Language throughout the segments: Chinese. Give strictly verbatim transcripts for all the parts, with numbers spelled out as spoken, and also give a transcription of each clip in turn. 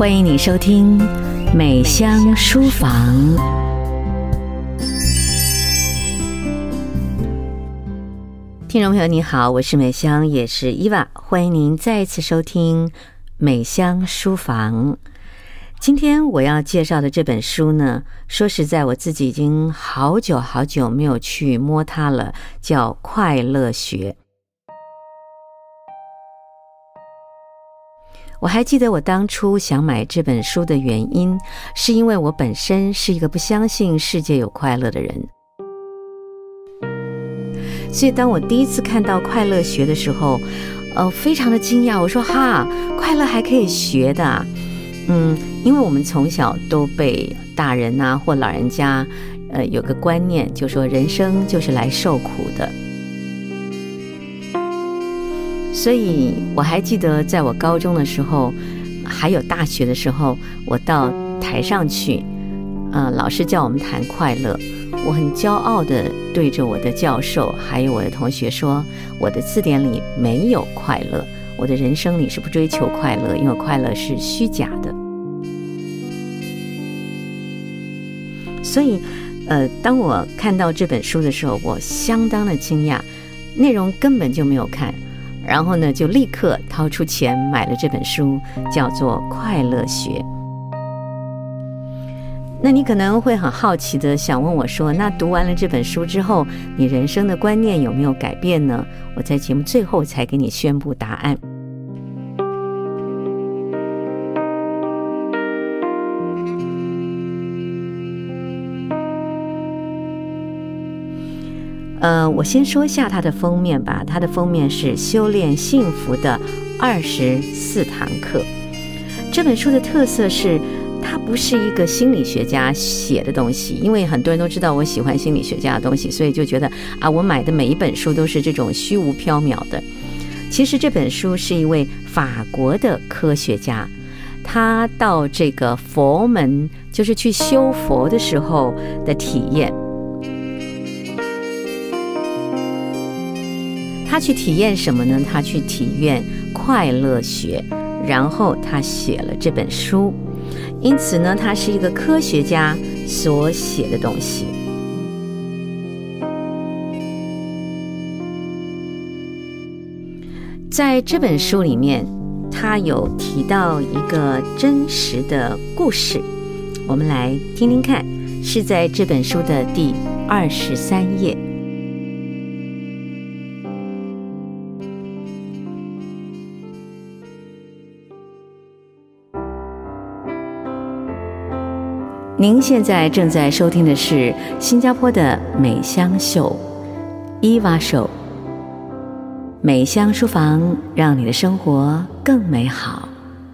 欢迎你收听美香书房。听众朋友你好，我是美香，也是伊娃，欢迎您再一次收听美香书房。今天我要介绍的这本书呢，说实在我自己已经好久好久没有去摸它了，叫《快乐学》。我还记得我当初想买这本书的原因，是因为我本身是一个不相信世界有快乐的人。所以当我第一次看到《快乐学》的时候，呃，非常的惊讶。我说哈，快乐还可以学的啊。嗯，因为我们从小都被大人啊或老人家呃有个观念，就说人生就是来受苦的。所以我还记得在我高中的时候，还有大学的时候，我到台上去，呃，老师叫我们谈快乐，我很骄傲地对着我的教授还有我的同学说，我的字典里没有快乐，我的人生里是不追求快乐，因为快乐是虚假的。所以呃，当我看到这本书的时候，我相当的惊讶，内容根本就没有看，然后呢就立刻掏出钱买了这本书，叫做《快乐学》。那你可能会很好奇的想问我说，那读完了这本书之后，你人生的观念有没有改变呢？我在节目最后才给你宣布答案。呃，我先说一下它的封面吧。它的封面是修炼幸福的二十四堂课。这本书的特色是它不是一个心理学家写的东西，因为很多人都知道我喜欢心理学家的东西，所以就觉得啊，我买的每一本书都是这种虚无缥缈的。其实这本书是一位法国的科学家，他到这个佛门，就是去修佛的时候的体验。他去体验什么呢？他去体验快乐学，然后他写了这本书。因此呢，它是一个科学家所写的东西。在这本书里面，他有提到一个真实的故事，我们来听听看，是在这本书的第二十三页。您现在正在收听的是新加坡的美香秀，伊娃秀。美香书房，让你的生活更美好。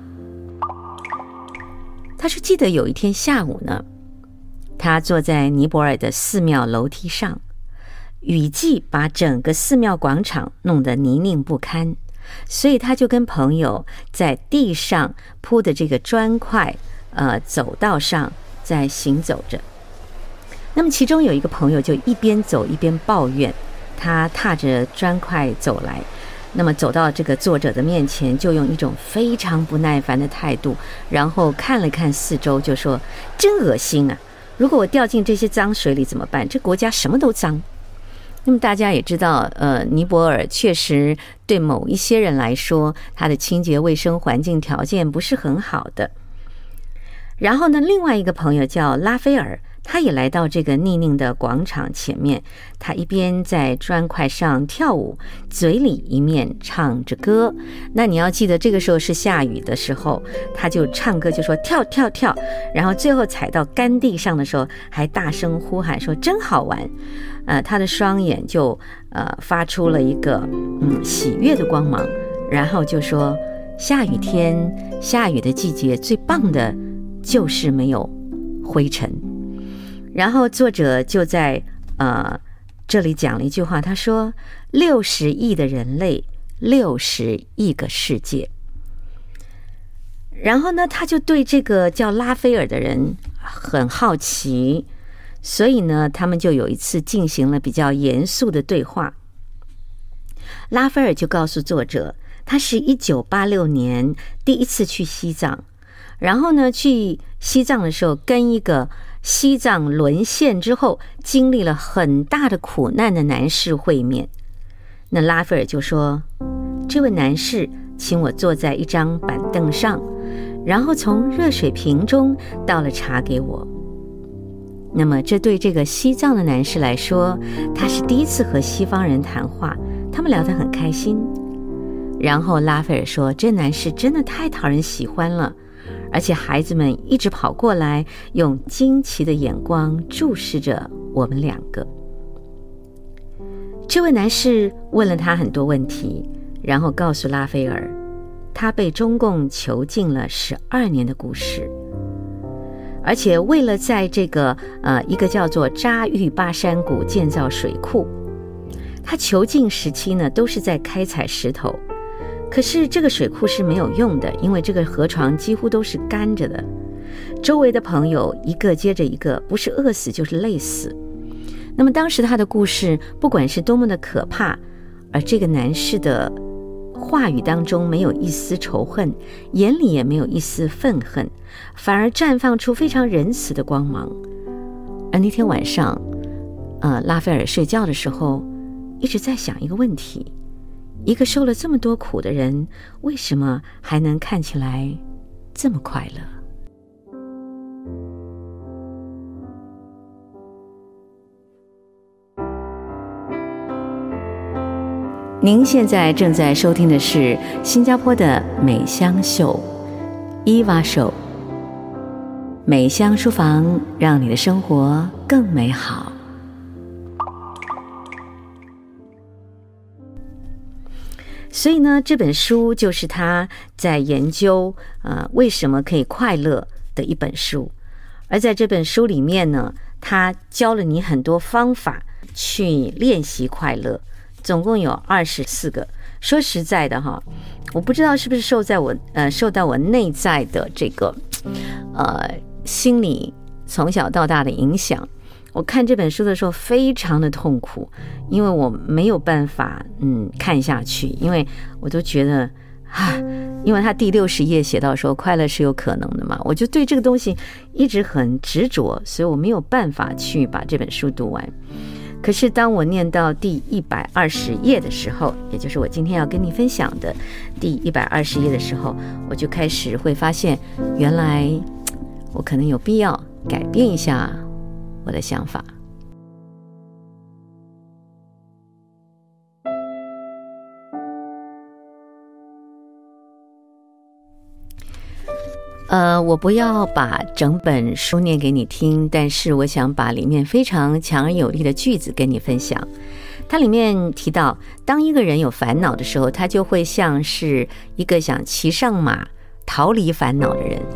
他说记得有一天下午呢，他坐在尼泊尔的寺庙楼梯上，雨季把整个寺庙广场弄得泥泞不堪，所以他就跟朋友在地上铺的这个砖块呃走道上在行走着。那么其中有一个朋友就一边走一边抱怨，他踏着砖块走来，那么走到这个作者的面前，就用一种非常不耐烦的态度，然后看了看四周，就说真恶心啊，如果我掉进这些脏水里怎么办？这国家什么都脏。那么大家也知道，呃，尼泊尔确实对某一些人来说，它的清洁卫生环境条件不是很好的。然后呢，另外一个朋友叫拉斐尔，他也来到这个泥泞的广场前面，他一边在砖块上跳舞，嘴里一面唱着歌。那你要记得，这个时候是下雨的时候，他就唱歌就说跳跳跳，然后最后踩到干地上的时候，还大声呼喊说真好玩。呃，他的双眼就呃发出了一个嗯喜悦的光芒，然后就说下雨天，下雨的季节最棒的就是没有灰尘。然后作者就在呃这里讲了一句话，他说六十亿的人类，六十亿个世界。然后呢，他就对这个叫拉斐尔的人很好奇，所以呢，他们就有一次进行了比较严肃的对话。拉斐尔就告诉作者，他是一九八六年第一次去西藏， 然后呢，去西藏的时候，跟一个西藏沦陷之后经历了很大的苦难的男士会面。那拉斐尔就说，这位男士请我坐在一张板凳上，然后从热水瓶中倒了茶给我。那么这对这个西藏的男士来说，他是第一次和西方人谈话，他们聊得很开心。然后拉斐尔说，这男士真的太讨人喜欢了，而且孩子们一直跑过来，用惊奇的眼光注视着我们两个。这位男士问了他很多问题，然后告诉拉斐尔，他被中共囚禁了十二年的故事，而且为了在这个呃一个叫做扎玉巴山谷建造水库，他囚禁时期呢都是在开采石头，可是这个水库是没有用的，因为这个河床几乎都是干着的，周围的朋友一个接着一个，不是饿死就是累死。那么当时他的故事不管是多么的可怕，而这个男士的话语当中没有一丝仇恨，眼里也没有一丝愤恨，反而绽放出非常仁慈的光芒。而那天晚上呃，拉斐尔睡觉的时候一直在想一个问题，一个受了这么多苦的人，为什么还能看起来这么快乐？您现在正在收听的是新加坡的美香秀伊娃秀，美香书房，让你的生活更美好。所以呢，这本书就是他在研究呃为什么可以快乐的一本书。而在这本书里面呢，他教了你很多方法去练习快乐，总共有二十四个。说实在的哈，我不知道是不是受在我呃受到我内在的这个呃心理从小到大的影响。我看这本书的时候非常的痛苦，因为我没有办法嗯看下去，因为我都觉得啊，因为他第六十页写到说快乐是有可能的嘛，我就对这个东西一直很执着，所以我没有办法去把这本书读完。可是当我念到第一百二十页的时候，也就是我今天要跟你分享的第一百二十页的时候，我就开始会发现，原来我可能有必要改变一下我的想法。呃，我不要把整本书念给你听，但是我想把里面非常强而有力的句子跟你分享。它里面提到，当一个人有烦恼的时候，他就会像是一个想骑上马逃离烦恼的人，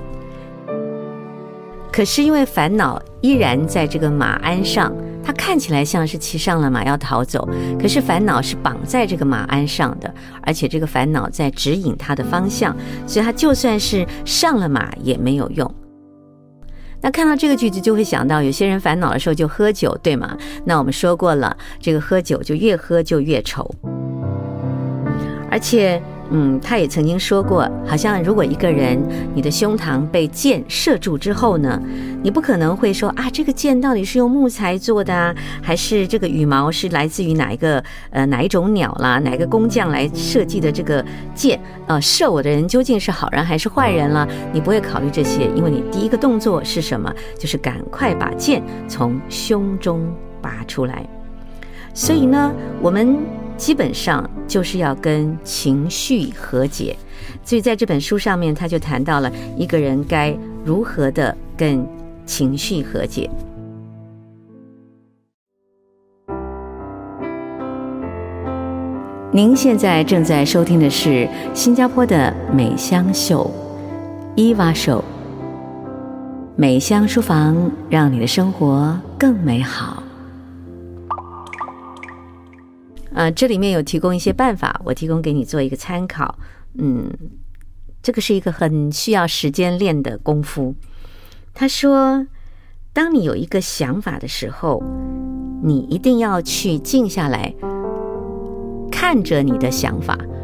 可是因为烦恼依然在这个马鞍上，他看起来像是骑上了马要逃走，可是烦恼是绑在这个马鞍上的，而且这个烦恼在指引他的方向，所以他就算是上了马也没有用。那看到这个句子就会想到，有些人烦恼的时候就喝酒，对吗？那我们说过了，这个喝酒就越喝就越愁。而且嗯，他也曾经说过，好像如果一个人你的胸膛被箭射住之后呢，你不可能会说啊，这个箭到底是用木材做的啊，还是这个羽毛是来自于哪一个呃哪一种鸟啦，哪一个工匠来设计的这个箭，呃，射我的人究竟是好人还是坏人啦？你不会考虑这些，因为你第一个动作是什么？就是赶快把箭从胸中拔出来。所以呢，我们基本上就是要跟情绪和解，所以在这本书上面他就谈到了一个人该如何的跟情绪和解。您现在正在收听的是新加坡的美香秀伊娃秀，美香书房，让你的生活更美好。呃，这里面有提供一些办法，我提供给你做一个参考。嗯，这个是一个很需要时间练的功夫。他说，当你有一个想法的时候，你一定要去静下来，看着你的想法，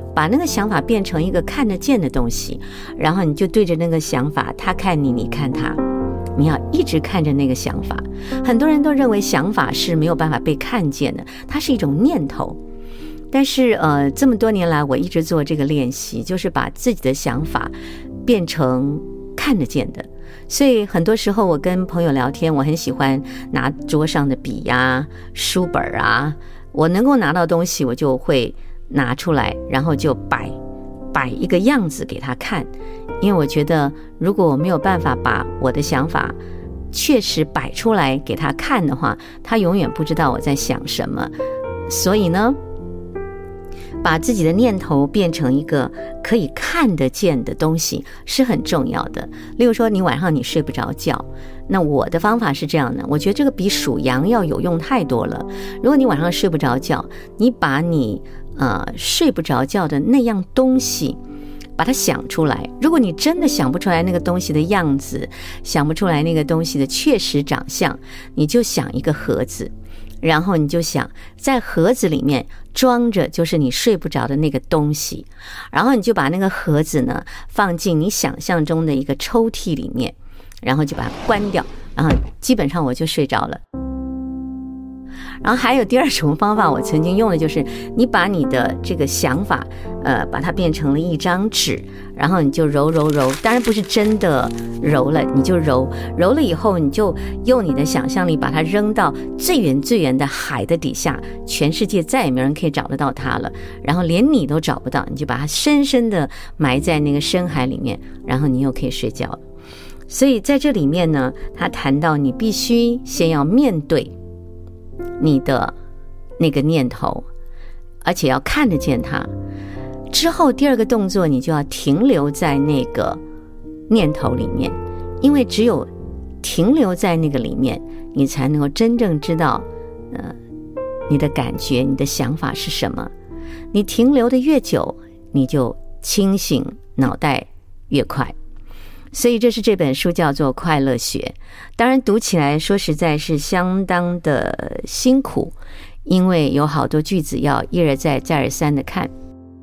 把那个想法变成一个看得见的东西，然后你就对着那个想法，他看你，你看他，你要一直看着那个想法。很多人都认为想法是没有办法被看见的，它是一种念头。但是呃，这么多年来我一直做这个练习，就是把自己的想法变成看得见的。所以很多时候我跟朋友聊天，我很喜欢拿桌上的笔呀、书本啊，我能够拿到东西我就会拿出来，然后就摆摆一个样子给他看。因为我觉得如果我没有办法把我的想法确实摆出来给他看的话，他永远不知道我在想什么。所以呢，把自己的念头变成一个可以看得见的东西是很重要的。例如说你晚上你睡不着觉，那我的方法是这样的，我觉得这个比数羊要有用太多了。如果你晚上睡不着觉，你把你呃睡不着觉的那样东西把它想出来。如果你真的想不出来那个东西的样子，想不出来那个东西的确实长相，你就想一个盒子，然后你就想在盒子里面装着就是你睡不着的那个东西，然后你就把那个盒子呢放进你想象中的一个抽屉里面，然后就把它关掉，然后基本上我就睡着了。然后还有第二种方法，我曾经用的就是你把你的这个想法呃，把它变成了一张纸，然后你就揉揉揉，当然不是真的揉了，你就揉揉了以后，你就用你的想象力把它扔到最远最远的海的底下，全世界再也没有人可以找得到它了，然后连你都找不到，你就把它深深的埋在那个深海里面，然后你又可以睡觉了。所以在这里面呢，他谈到你必须先要面对你的那个念头，而且要看得见它。之后第二个动作，你就要停留在那个念头里面，因为只有停留在那个里面，你才能够真正知道呃，你的感觉，你的想法是什么。你停留的越久，你就清醒，脑袋越快。所以这是这本书叫做《快乐学》，当然读起来说实在是相当的辛苦，因为有好多句子要一而再再而三的看。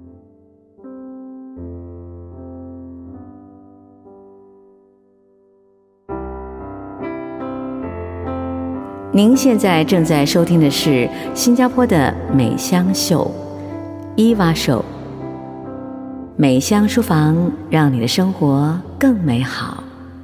您现在正在收听的是新加坡的美香秀伊娃秀，美香书房，让你的生活更美好。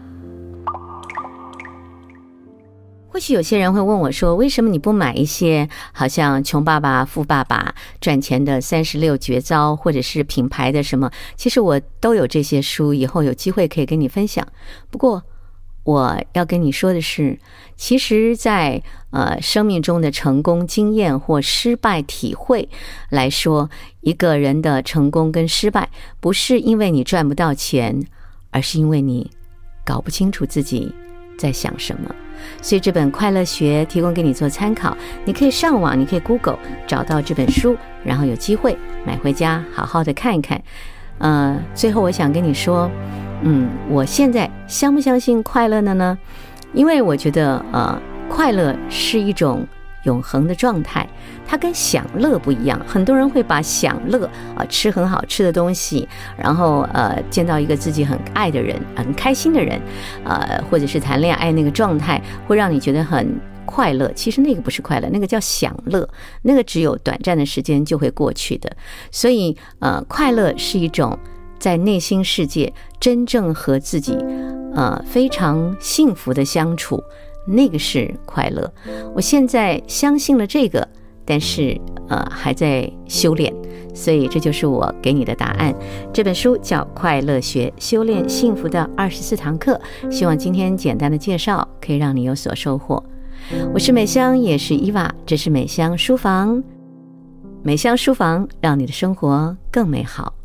或许有些人会问我说，为什么你不买一些好像穷爸爸富爸爸赚钱的三十六绝招，或者是品牌的什么？其实我都有这些书，以后有机会可以跟你分享。不过我要跟你说的是，其实在呃生命中的成功经验或失败体会来说，一个人的成功跟失败不是因为你赚不到钱，而是因为你搞不清楚自己在想什么。所以这本快乐学提供给你做参考，你可以上网，你可以 Google 找到这本书，然后有机会买回家好好的看一看。呃，最后我想跟你说，嗯，我现在相不相信快乐了呢？因为我觉得呃，快乐是一种永恒的状态，它跟享乐不一样。很多人会把享乐啊、呃，吃很好吃的东西，然后呃，见到一个自己很爱的人、很开心的人，呃，或者是谈恋爱那个状态，会让你觉得很快乐。其实那个不是快乐，那个叫享乐，那个只有短暂的时间就会过去的。所以呃，快乐是一种在内心世界真正和自己呃非常幸福的相处，那个是快乐。我现在相信了这个，但是呃还在修炼，所以这就是我给你的答案。这本书叫《快乐学：修炼幸福的二十四堂课》，希望今天简单的介绍可以让你有所收获。我是美香，也是伊娃，这是美香书房。美香书房，让你的生活更美好。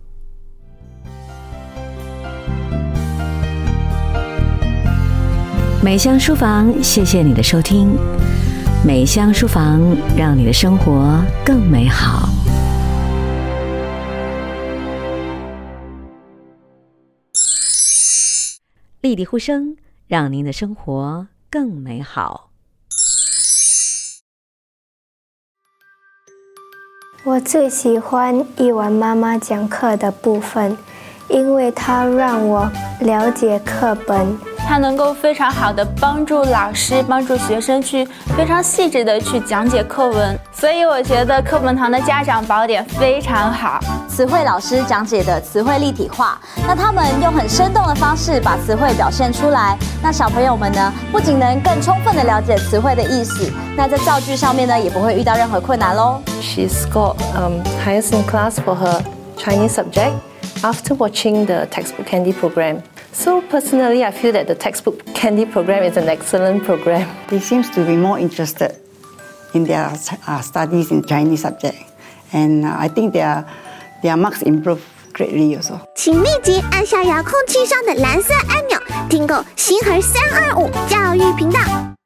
美香书房，谢谢你的收听。美香书房，让你的生活更美好。丽丽呼声，让您的生活更美好。 我最喜欢一完妈妈讲课的部分，因为它让我了解课本。 它能够非常好的帮助老师、帮助学生去非常细致的去讲解课文，所以我觉得课本堂的家长宝典非常好。 词汇老师讲解的词汇立体化，那他们用很生动的方式把词汇表现出来，那小朋友们呢，不仅能更充分的了解词汇的意思，那在造句上面呢，也不会遇到任何困难咯。 She scored um, highest in class for her Chinese subject after watching the textbook Candy program. So personally, I feel that the textbook Candy program is an excellent program. They seem to be more interested in their uh, studies in Chinese subject, and uh, I think their their marks improve greatly also. 请立即按下遥控器上的蓝色按钮，订购星河三二五教育频道。